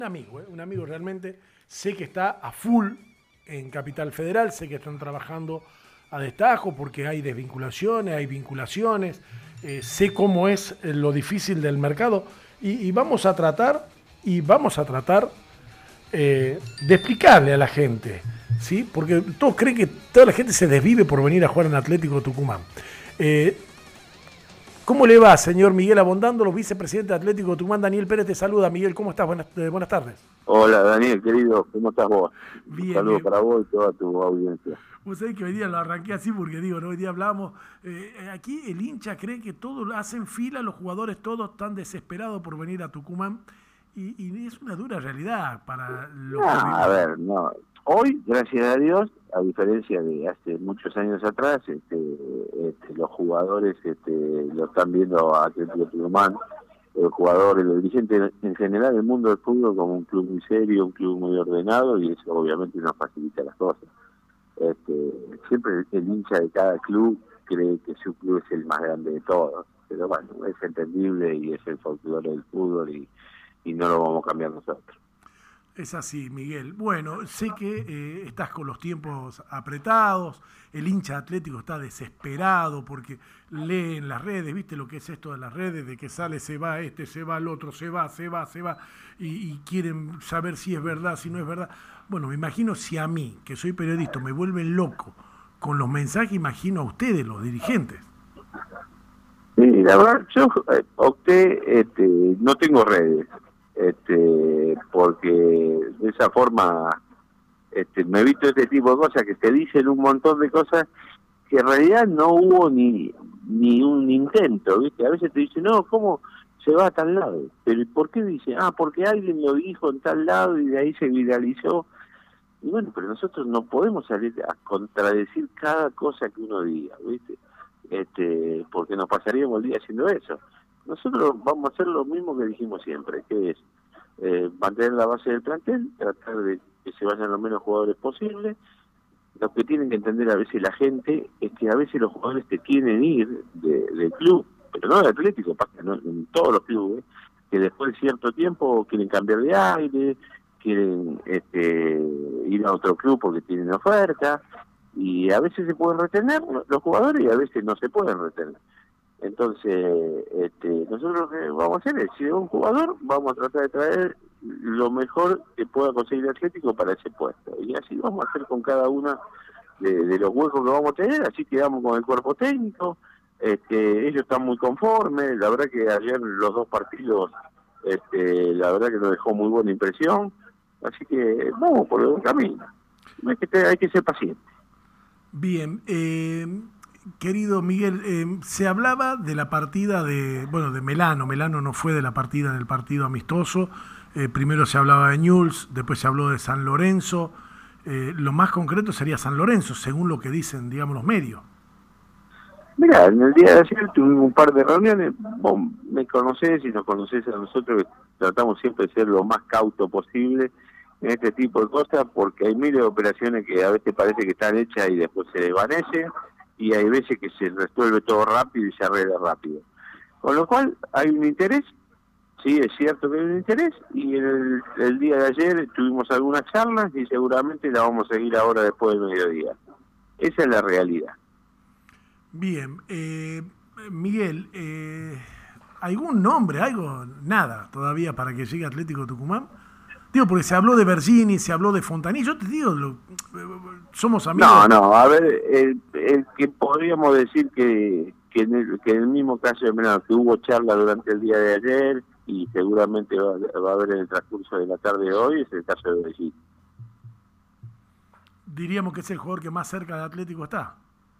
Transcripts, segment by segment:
Un amigo realmente. Sé que está a full en Capital Federal, sé que están trabajando a destajo porque hay desvinculaciones, hay vinculaciones, sé cómo es lo difícil del mercado y vamos a tratar de explicarle a la gente, ¿sí? Porque todos creen que toda la gente se desvive por venir a jugar en Atlético Tucumán. Eh, ¿Cómo le va, señor Miguel Abondándolo, vicepresidente de Atlético Tucumán? Daniel Pérez te saluda. Miguel, ¿cómo estás? Buenas tardes. Hola Daniel, querido, ¿cómo estás vos? Un Bien, saludo bien. para vos y toda tu audiencia. Vos sabés que hoy día lo arranqué así porque digo, ¿no? Hoy día hablamos, aquí el hincha cree que todos hacen fila, los jugadores todos están desesperados por venir a Tucumán y es una dura realidad para los que A vivimos. ver, no. Hoy, gracias a Dios, a diferencia de hace muchos años atrás, los jugadores lo están viendo a Atlético Tucumán, el jugador, el dirigente en general del mundo del fútbol como un club muy serio, un club muy ordenado y eso obviamente nos facilita las cosas. Siempre el hincha de cada club cree que su club es el más grande de todos, pero bueno, es entendible y es el folclore del fútbol y no lo vamos a cambiar nosotros. Es así, Miguel. Bueno, sé que estás con los tiempos apretados, el hincha atlético está desesperado porque lee en las redes, ¿viste lo que es esto de las redes? De que sale, se va este, se va el otro, se va, y quieren saber si es verdad, si no es verdad. Bueno, me imagino si a mí, que soy periodista, me vuelven loco con los mensajes, imagino a ustedes, los dirigentes. Sí, la verdad, yo opté, no tengo redes, porque de esa forma me evito este tipo de cosas que te dicen un montón de cosas que en realidad no hubo ni un intento, ¿viste? A veces te dicen, no, ¿cómo se va a tal lado? Pero ¿por qué dicen? Ah, porque alguien lo dijo en tal lado y de ahí se viralizó. Y bueno, pero nosotros no podemos salir a contradecir cada cosa que uno diga, ¿viste? Porque nos pasaríamos el día haciendo eso. Nosotros vamos a hacer lo mismo que dijimos siempre, que es mantener la base del plantel, tratar de que se vayan lo menos jugadores posible. Lo que tienen que entender a veces la gente es que a veces los jugadores te quieren ir del club, pero no del Atlético, pasa, ¿no? En todos los clubes, que después de cierto tiempo quieren cambiar de aire, quieren ir a otro club porque tienen oferta, y a veces se pueden retener los jugadores y a veces no se pueden retener. Entonces, nosotros lo que vamos a hacer es, si es un jugador, vamos a tratar de traer lo mejor que pueda conseguir el Atlético para ese puesto. Y así vamos a hacer con cada uno de los huecos que vamos a tener, así quedamos con el cuerpo técnico. Ellos están muy conformes, la verdad que ayer los dos partidos, la verdad que nos dejó muy buena impresión, así que vamos por el buen camino. Hay que ser paciente. Bien, querido Miguel, se hablaba de la partida de Melano. Melano no fue de la partida en el partido amistoso. Primero se hablaba de Newell's, después se habló de San Lorenzo. Lo más concreto sería San Lorenzo, según lo que dicen, digamos, los medios. Mira, en el día de ayer tuvimos un par de reuniones. Vos me conocés y nos conocés a nosotros, que tratamos siempre de ser lo más cauto posible en este tipo de cosas, porque hay miles de operaciones que a veces parece que están hechas y después se desvanecen, y hay veces que se resuelve todo rápido y se arregla rápido. Con lo cual hay un interés, sí, es cierto que hay un interés, y en el día de ayer tuvimos algunas charlas y seguramente la vamos a seguir ahora después del mediodía. Esa es la realidad. Bien, Miguel, ¿algún nombre, algo? Nada todavía para que llegue Atlético Tucumán. Digo, porque se habló de Bergini, se habló de Fontaní. Yo te digo, somos amigos. No, a ver, el que podríamos decir que en el mismo caso de Melano, que hubo charla durante el día de ayer y seguramente va a haber en el transcurso de la tarde de hoy, es el caso de Bergini. Diríamos que es el jugador que más cerca de Atlético está.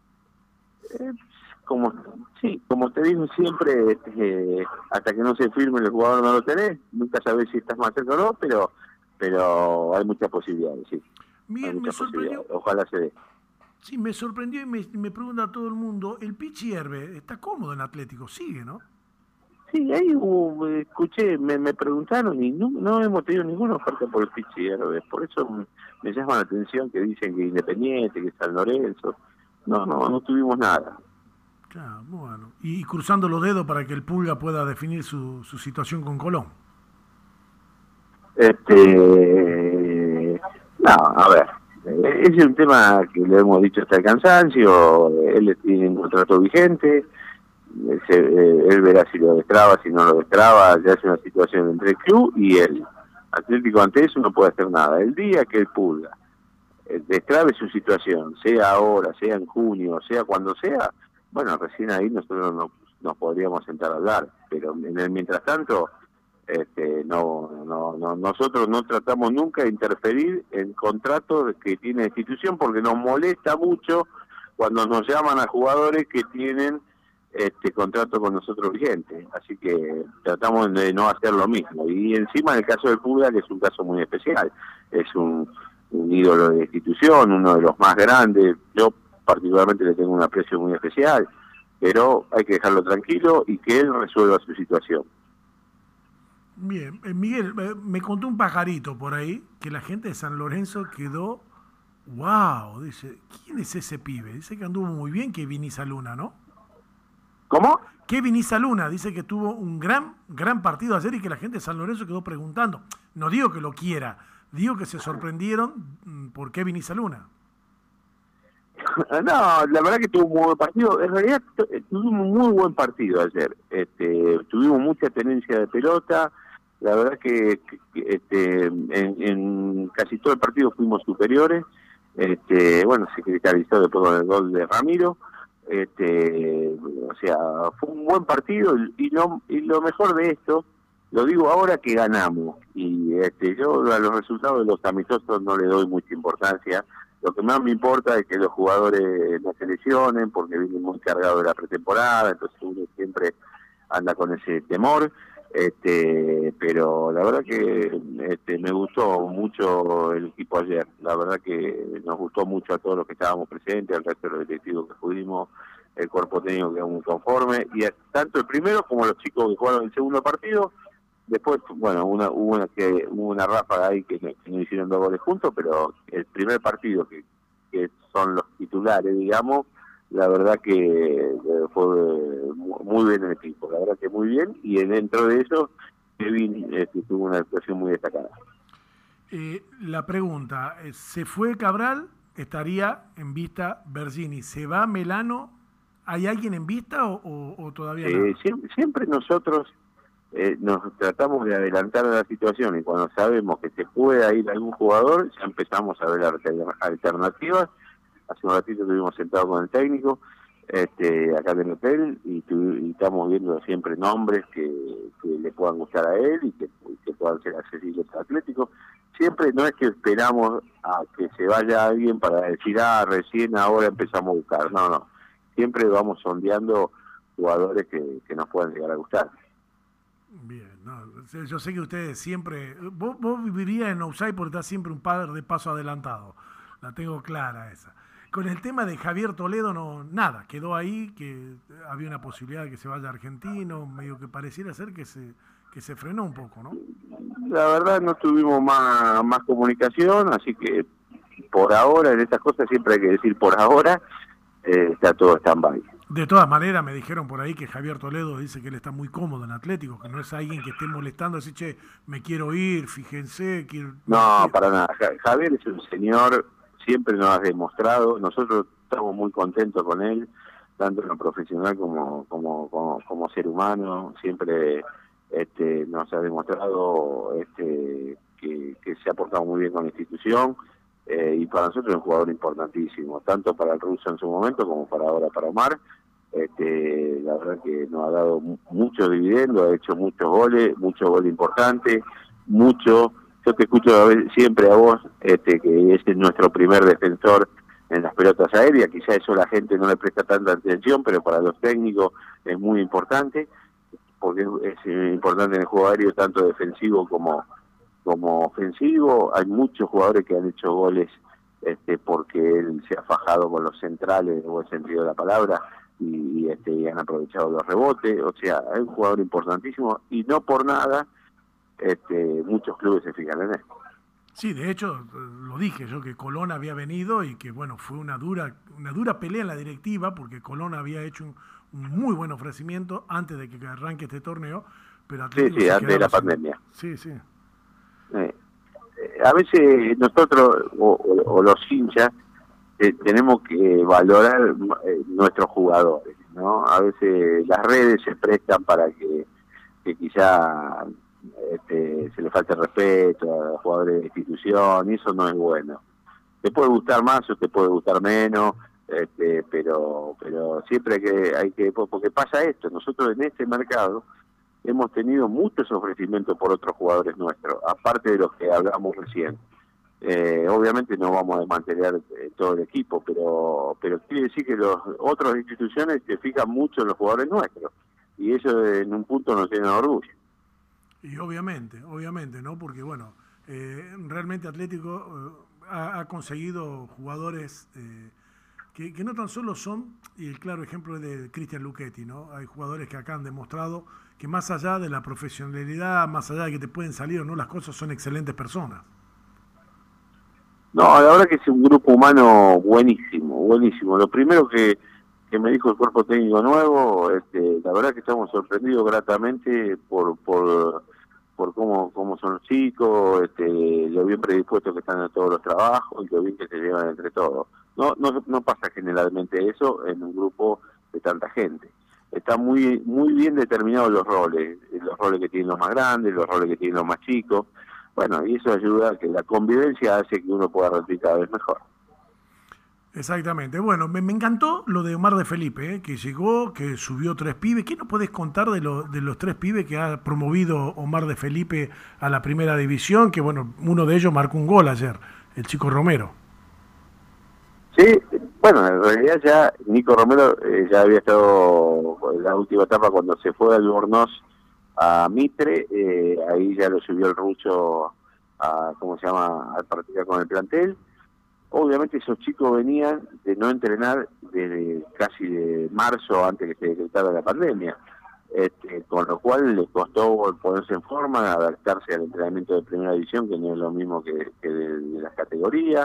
Como te digo siempre, hasta que no se firme el jugador no lo tenés, nunca sabés si estás más cerca o no, pero hay muchas posibilidades, sí. Miguel, me sorprendió. Ojalá se dé. Sí, me sorprendió y me pregunta a todo el mundo, el Pichi Herbe está cómodo en Atlético, sigue, ¿no? Sí, ahí escuché, me preguntaron y no hemos tenido ninguna oferta por el Pichi Herbe, por eso me llama la atención que dicen que Independiente, que San Lorenzo. No tuvimos nada. Claro, bueno. Y cruzando los dedos para que el Pulga pueda definir su situación con Colón. No, a ver, es un tema que le hemos dicho hasta el cansancio. Él tiene un contrato vigente, él verá si lo destraba, si no lo destraba. Ya es una situación entre el club y el Atlético. Ante eso no puede hacer nada. El día que el Pulga destrabe su situación, sea ahora, sea en junio, sea cuando sea, bueno, recién ahí nosotros nos podríamos sentar a hablar, pero en el mientras tanto, nosotros no tratamos nunca de interferir en contratos que tiene la institución, porque nos molesta mucho cuando nos llaman a jugadores que tienen contrato con nosotros vigente, así que tratamos de no hacer lo mismo. Y encima en el caso del Pulga, que es un caso muy especial, es un ídolo de la institución, uno de los más grandes. Yo particularmente le tengo un aprecio muy especial, pero hay que dejarlo tranquilo y que él resuelva su situación. Bien, Miguel, me contó un pajarito por ahí que la gente de San Lorenzo quedó, wow, dice, ¿quién es ese pibe? Dice que anduvo muy bien Kevin Isaluna, ¿no? ¿Cómo? Kevin Isaluna dice que tuvo un gran partido ayer y que la gente de San Lorenzo quedó preguntando. No digo que lo quiera, digo que se sorprendieron por Kevin Isaluna. No, la verdad que tuvo un muy buen partido. En realidad tuvimos un muy buen partido ayer. Tuvimos mucha tenencia de pelota. La verdad que en casi todo el partido fuimos superiores. Bueno, se cristalizó después con el gol de Ramiro. O sea, fue un buen partido y lo mejor de esto, lo digo ahora que ganamos, y yo a los resultados de los amistosos no le doy mucha importancia. Lo que más me importa es que los jugadores no se lesionen, porque vienen muy cargados de la pretemporada, entonces uno siempre anda con ese temor. Pero la verdad que me gustó mucho el equipo ayer. La verdad que nos gustó mucho a todos los que estábamos presentes, al resto de los directivos que pudimos, el cuerpo técnico quedó muy conforme, y tanto el primero como los chicos que jugaron el segundo partido. Después, bueno, hubo una ráfaga ahí que no hicieron 2 goles juntos, pero el primer partido que son los titulares, digamos, la verdad que fue muy bien el equipo, la verdad que muy bien, y dentro de eso Kevin tuvo una actuación muy destacada. La pregunta, ¿se fue Cabral? Estaría en vista Bergini. ¿Se va Melano? ¿Hay alguien en vista o todavía no? Siempre nosotros nos tratamos de adelantar a la situación, y cuando sabemos que se puede ir algún jugador, ya empezamos a ver alternativas. Hace un ratito estuvimos sentados con el técnico acá en el hotel, y estamos viendo siempre nombres que le puedan gustar a él y que puedan ser accesibles al Atlético. Siempre no es que esperamos a que se vaya alguien para decir, recién ahora empezamos a buscar. No. Siempre vamos sondeando jugadores que nos puedan llegar a gustar. Bien, no, yo sé que ustedes siempre... Vos vivirías en Ousay porque estás siempre un par de paso adelantado. La tengo clara esa. Con el tema de Javier Toledo, no, nada, quedó ahí, que había una posibilidad de que se vaya a Argentino, medio que pareciera ser que se frenó un poco, ¿no? La verdad no tuvimos más comunicación, así que por ahora, en estas cosas siempre hay que decir por ahora, está todo stand-by. De todas maneras, me dijeron por ahí que Javier Toledo dice que él está muy cómodo en Atlético, que no es alguien que esté molestando, así, che, me quiero ir, fíjense. No, para nada. Javier es un señor, siempre nos ha demostrado, nosotros estamos muy contentos con él, tanto en lo profesional como ser humano. Siempre nos ha demostrado que se ha portado muy bien con la institución, y para nosotros es un jugador importantísimo, tanto para el Ruso en su momento como para ahora para Omar. La verdad que nos ha dado mucho dividendo, ha hecho muchos goles importantes, mucho. Yo te escucho siempre a vos, que es nuestro primer defensor en las pelotas aéreas. Quizá eso la gente no le presta tanta atención, pero para los técnicos es muy importante, porque es importante en el juego aéreo, tanto defensivo como ofensivo. Hay muchos jugadores que han hecho goles porque él se ha fajado con los centrales, en el buen sentido de la palabra, y han aprovechado los rebotes. O sea, es un jugador importantísimo, y no por nada muchos clubes se fijan en él. Sí, de hecho, lo dije yo, que Colón había venido y que, bueno, fue una dura pelea en la directiva, porque Colón había hecho un muy buen ofrecimiento antes de que arranque este torneo, pero Atlético sí, antes de la pandemia. Sí. a veces nosotros o los hinchas tenemos que valorar nuestros jugadores, ¿no? A veces las redes se prestan para que quizá se le falte respeto a los jugadores de la institución, y eso no es bueno. Te puede gustar más o te puede gustar menos, pero siempre hay que, porque pasa esto, nosotros en este mercado hemos tenido muchos ofrecimientos por otros jugadores nuestros, aparte de los que hablamos recién. Obviamente no vamos a desmantelar todo el equipo, pero quiere decir que las otras instituciones se fijan mucho en los jugadores nuestros, y eso en un punto nos llena de orgullo. Y obviamente, ¿no? Porque bueno, realmente Atlético ha conseguido jugadores que no tan solo son, y el claro ejemplo es de Cristian Luchetti, ¿no? Hay jugadores que acá han demostrado que más allá de la profesionalidad, más allá de que te pueden salir o no las cosas, son excelentes personas. No, la verdad que es un grupo humano buenísimo, buenísimo. Lo primero que me dijo el cuerpo técnico nuevo, la verdad que estamos sorprendidos gratamente por cómo son los chicos, lo bien predispuestos que están a todos los trabajos y lo bien que se llevan entre todos. No pasa generalmente eso en un grupo de tanta gente. Están muy bien determinados los roles que tienen los más grandes, los roles que tienen los más chicos. Bueno, y eso ayuda a que la convivencia hace que uno pueda rendir cada vez mejor. Exactamente. Bueno, me encantó lo de Omar de Felipe, que llegó, que subió 3 pibes. ¿Qué nos podés contar de los 3 pibes que ha promovido Omar de Felipe a la primera división? Que bueno, uno de ellos marcó un gol ayer, el chico Romero. Sí, bueno, en realidad ya Nico Romero ya había estado en la última etapa cuando se fue al Albornoz a Mitre, ahí ya lo subió el Rucho a practicar con el plantel. Obviamente esos chicos venían de no entrenar desde casi de marzo, antes que se decretara la pandemia, con lo cual les costó ponerse en forma, adaptarse al entrenamiento de primera división, que no es lo mismo que de las categorías.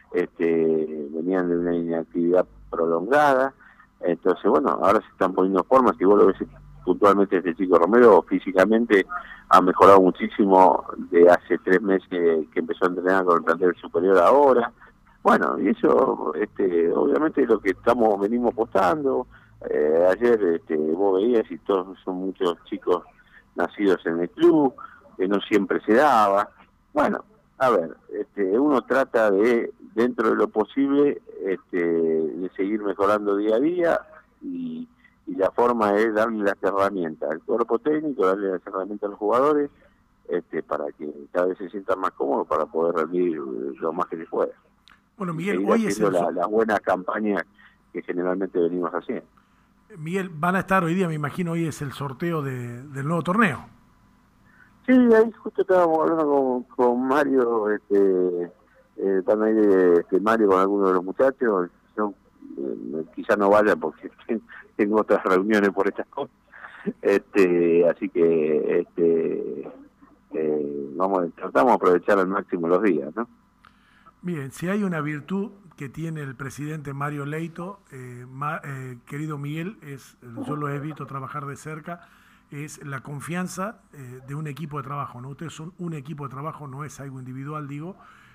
Venían de una inactividad prolongada, entonces bueno, ahora se están poniendo en forma. Si vos lo ves puntualmente, este chico Romero físicamente ha mejorado muchísimo de hace 3 meses que empezó a entrenar con el plantel superior ahora. Bueno, y eso obviamente es lo que venimos apostando. Ayer vos veías, y todos son muchos chicos nacidos en el club, que no siempre se daba. Bueno, a ver, uno trata de, dentro de lo posible, de seguir mejorando día a día, y la forma es darle las herramientas al cuerpo técnico, darle las herramientas a los jugadores, para que cada vez se sientan más cómodos para poder rendir lo más que se pueda. Bueno, Miguel, hoy es la buena campaña que generalmente venimos haciendo. Miguel, van a estar hoy día, me imagino, hoy es el sorteo del nuevo torneo. Sí, ahí justo estábamos hablando con Mario, están ahí Mario con algunos de los muchachos. Yo quizás no vaya porque tengo otras reuniones por estas cosas, así que tratamos de aprovechar al máximo los días, ¿no? Bien, si hay una virtud que tiene el presidente Mario Leito, querido Miguel, yo lo he visto trabajar de cerca, es la confianza de un equipo de trabajo, ¿no? Ustedes son un equipo de trabajo, no es algo individual, digo,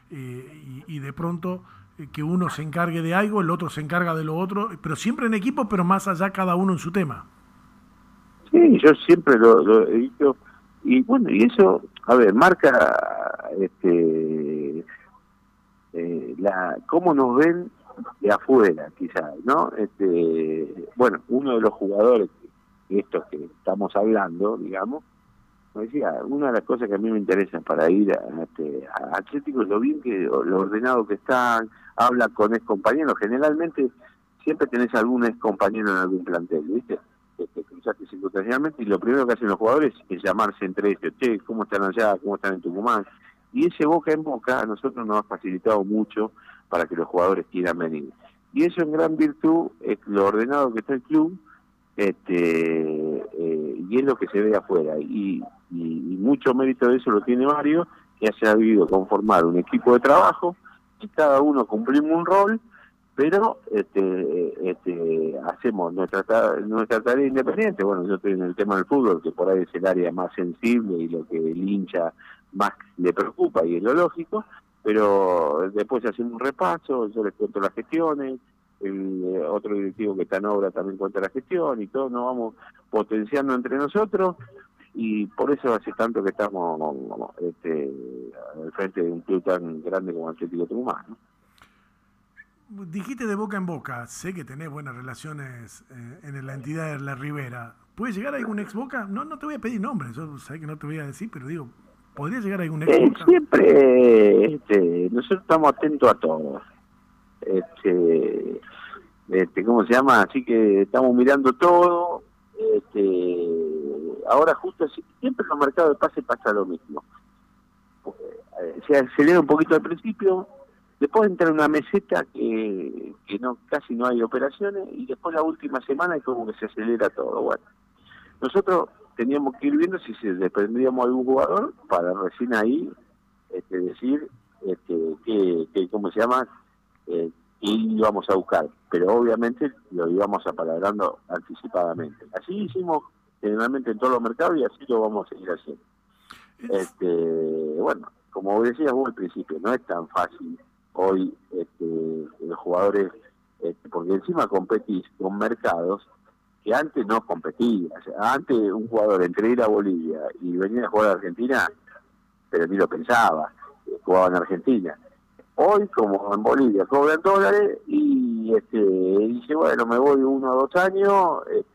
y de pronto que uno se encargue de algo, el otro se encarga de lo otro, pero siempre en equipo, pero más allá cada uno en su tema. Sí, yo siempre lo he dicho, y bueno, y eso, a ver, marca cómo nos ven de afuera, quizás, ¿no? Bueno, uno de los jugadores, estos que estamos hablando, digamos, me decía, una de las cosas que a mí me interesa para ir a Atlético es lo ordenado que están, habla con ex compañeros. Generalmente siempre tenés algún ex compañero en algún plantel, ¿viste? Que cruzaste circunstancialmente, y lo primero que hacen los jugadores es llamarse entre ellos: che, ¿cómo están allá? ¿Cómo están en Tucumán? Y ese boca en boca a nosotros nos ha facilitado mucho para que los jugadores quieran venir. Y eso en gran virtud es lo ordenado que está el club, y es lo que se ve afuera. Y mucho mérito de eso lo tiene Mario, que ha sabido conformar un equipo de trabajo, y cada uno cumplimos un rol, pero hacemos nuestra tarea independiente. Bueno, yo estoy en el tema del fútbol, que por ahí es el área más sensible y lo que el hincha más le preocupa y es lo lógico, pero después hacemos un repaso, yo les cuento las gestiones, el otro directivo que está en obra también cuenta la gestión y todos nos vamos potenciando entre nosotros y por eso hace tanto que estamos al frente de un club tan grande como Atlético Tucumán, ¿no? Dijiste de boca en boca, sé que tenés buenas relaciones en la entidad de La Ribera. ¿Puede llegar algún ex Boca? No te voy a pedir nombres, yo sé que no te voy a decir, pero digo, ¿podría llegar algún ex Boca? Siempre nosotros estamos atentos a todo. ¿Cómo se llama? Así que estamos mirando todo. Ahora justo siempre en los mercados de pase pasa lo mismo. Se acelera un poquito al principio, después entra en una meseta que no casi no hay operaciones y después la última semana es como que se acelera todo. Bueno, nosotros teníamos que ir viendo si se desprendíamos algún jugador para recién ahí decir que ¿cómo se llama? Que íbamos a buscar, pero obviamente lo íbamos apalabrando anticipadamente. Así hicimos generalmente en todos los mercados y así lo vamos a seguir haciendo. Bueno, como decías vos al principio, no es tan fácil hoy los jugadores, porque encima competís con mercados que antes no competías. O sea, antes un jugador entre ir a Bolivia y venir a jugar a Argentina, pero ni lo pensaba, jugaba en Argentina. Hoy, como en Bolivia, cobran dólares y dice, bueno, me voy 1 o 2 años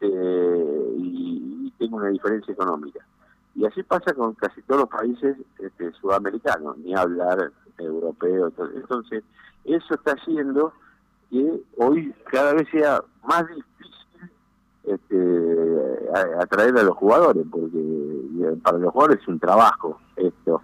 y tengo una diferencia económica. Y así pasa con casi todos los países sudamericanos, ni hablar europeo. Entonces, eso está haciendo que hoy cada vez sea más difícil atraer a los jugadores, porque para los jugadores es un trabajo esto.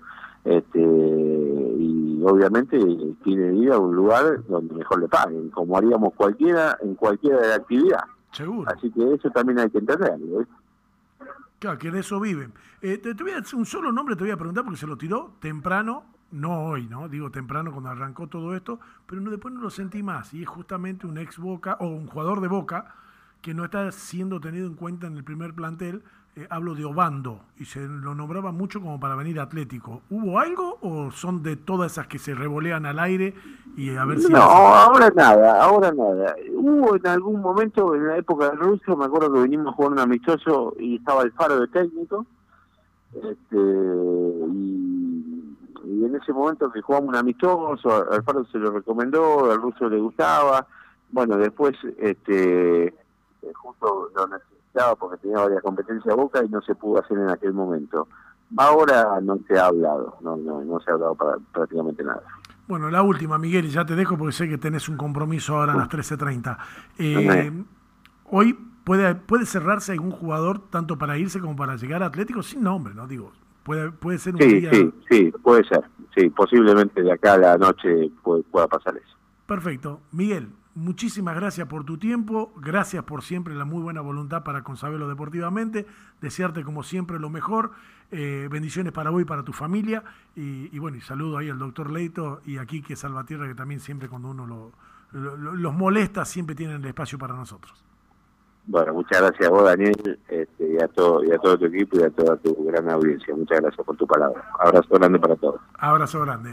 Y obviamente quieren ir a un lugar donde mejor le paguen, como haríamos cualquiera en cualquiera de la actividad. Seguro. Así que eso también hay que entenderlo, ¿eh? Claro, que de eso viven. Te voy a hacer un solo nombre, te voy a preguntar porque se lo tiró temprano, no hoy, ¿no? Digo temprano cuando arrancó todo esto, pero después no lo sentí más. Y es justamente un ex Boca o un jugador de Boca que no está siendo tenido en cuenta en el primer plantel. Hablo de Obando y se lo nombraba mucho como para venir a Atlético. ¿Hubo algo o son de todas esas que se revolean al aire y a ver si... No, ahora nada. Hubo en algún momento, en la época del ruso, me acuerdo que vinimos a jugar un amistoso y estaba Alfaro de técnico, y en ese momento que jugamos un amistoso, Alfaro se lo recomendó, al ruso le gustaba, bueno, después justo lo necesitaba porque tenía varias competencias Boca y no se pudo hacer en aquel momento. Ahora no se ha hablado, no se ha hablado para prácticamente nada. Bueno, la última, Miguel, y ya te dejo porque sé que tenés un compromiso ahora a las 13:30. Hoy puede cerrarse algún jugador tanto para irse como para llegar a Atlético sin nombre, ¿no? Digo, puede ser un día... Sí, puede ser. Sí, posiblemente de acá a la noche pueda pasar eso. Perfecto. Miguel, muchísimas gracias por tu tiempo, gracias por siempre la muy buena voluntad para con Sabelo Deportivamente, desearte como siempre lo mejor, bendiciones para vos y para tu familia, y bueno, y saludo ahí al doctor Leito y a Quique Salvatierra, que también siempre cuando uno los molesta, siempre tienen el espacio para nosotros. Bueno, muchas gracias a vos, Daniel, y a todo tu equipo y a toda tu gran audiencia. Muchas gracias por tu palabra. Abrazo grande para todos. Abrazo grande.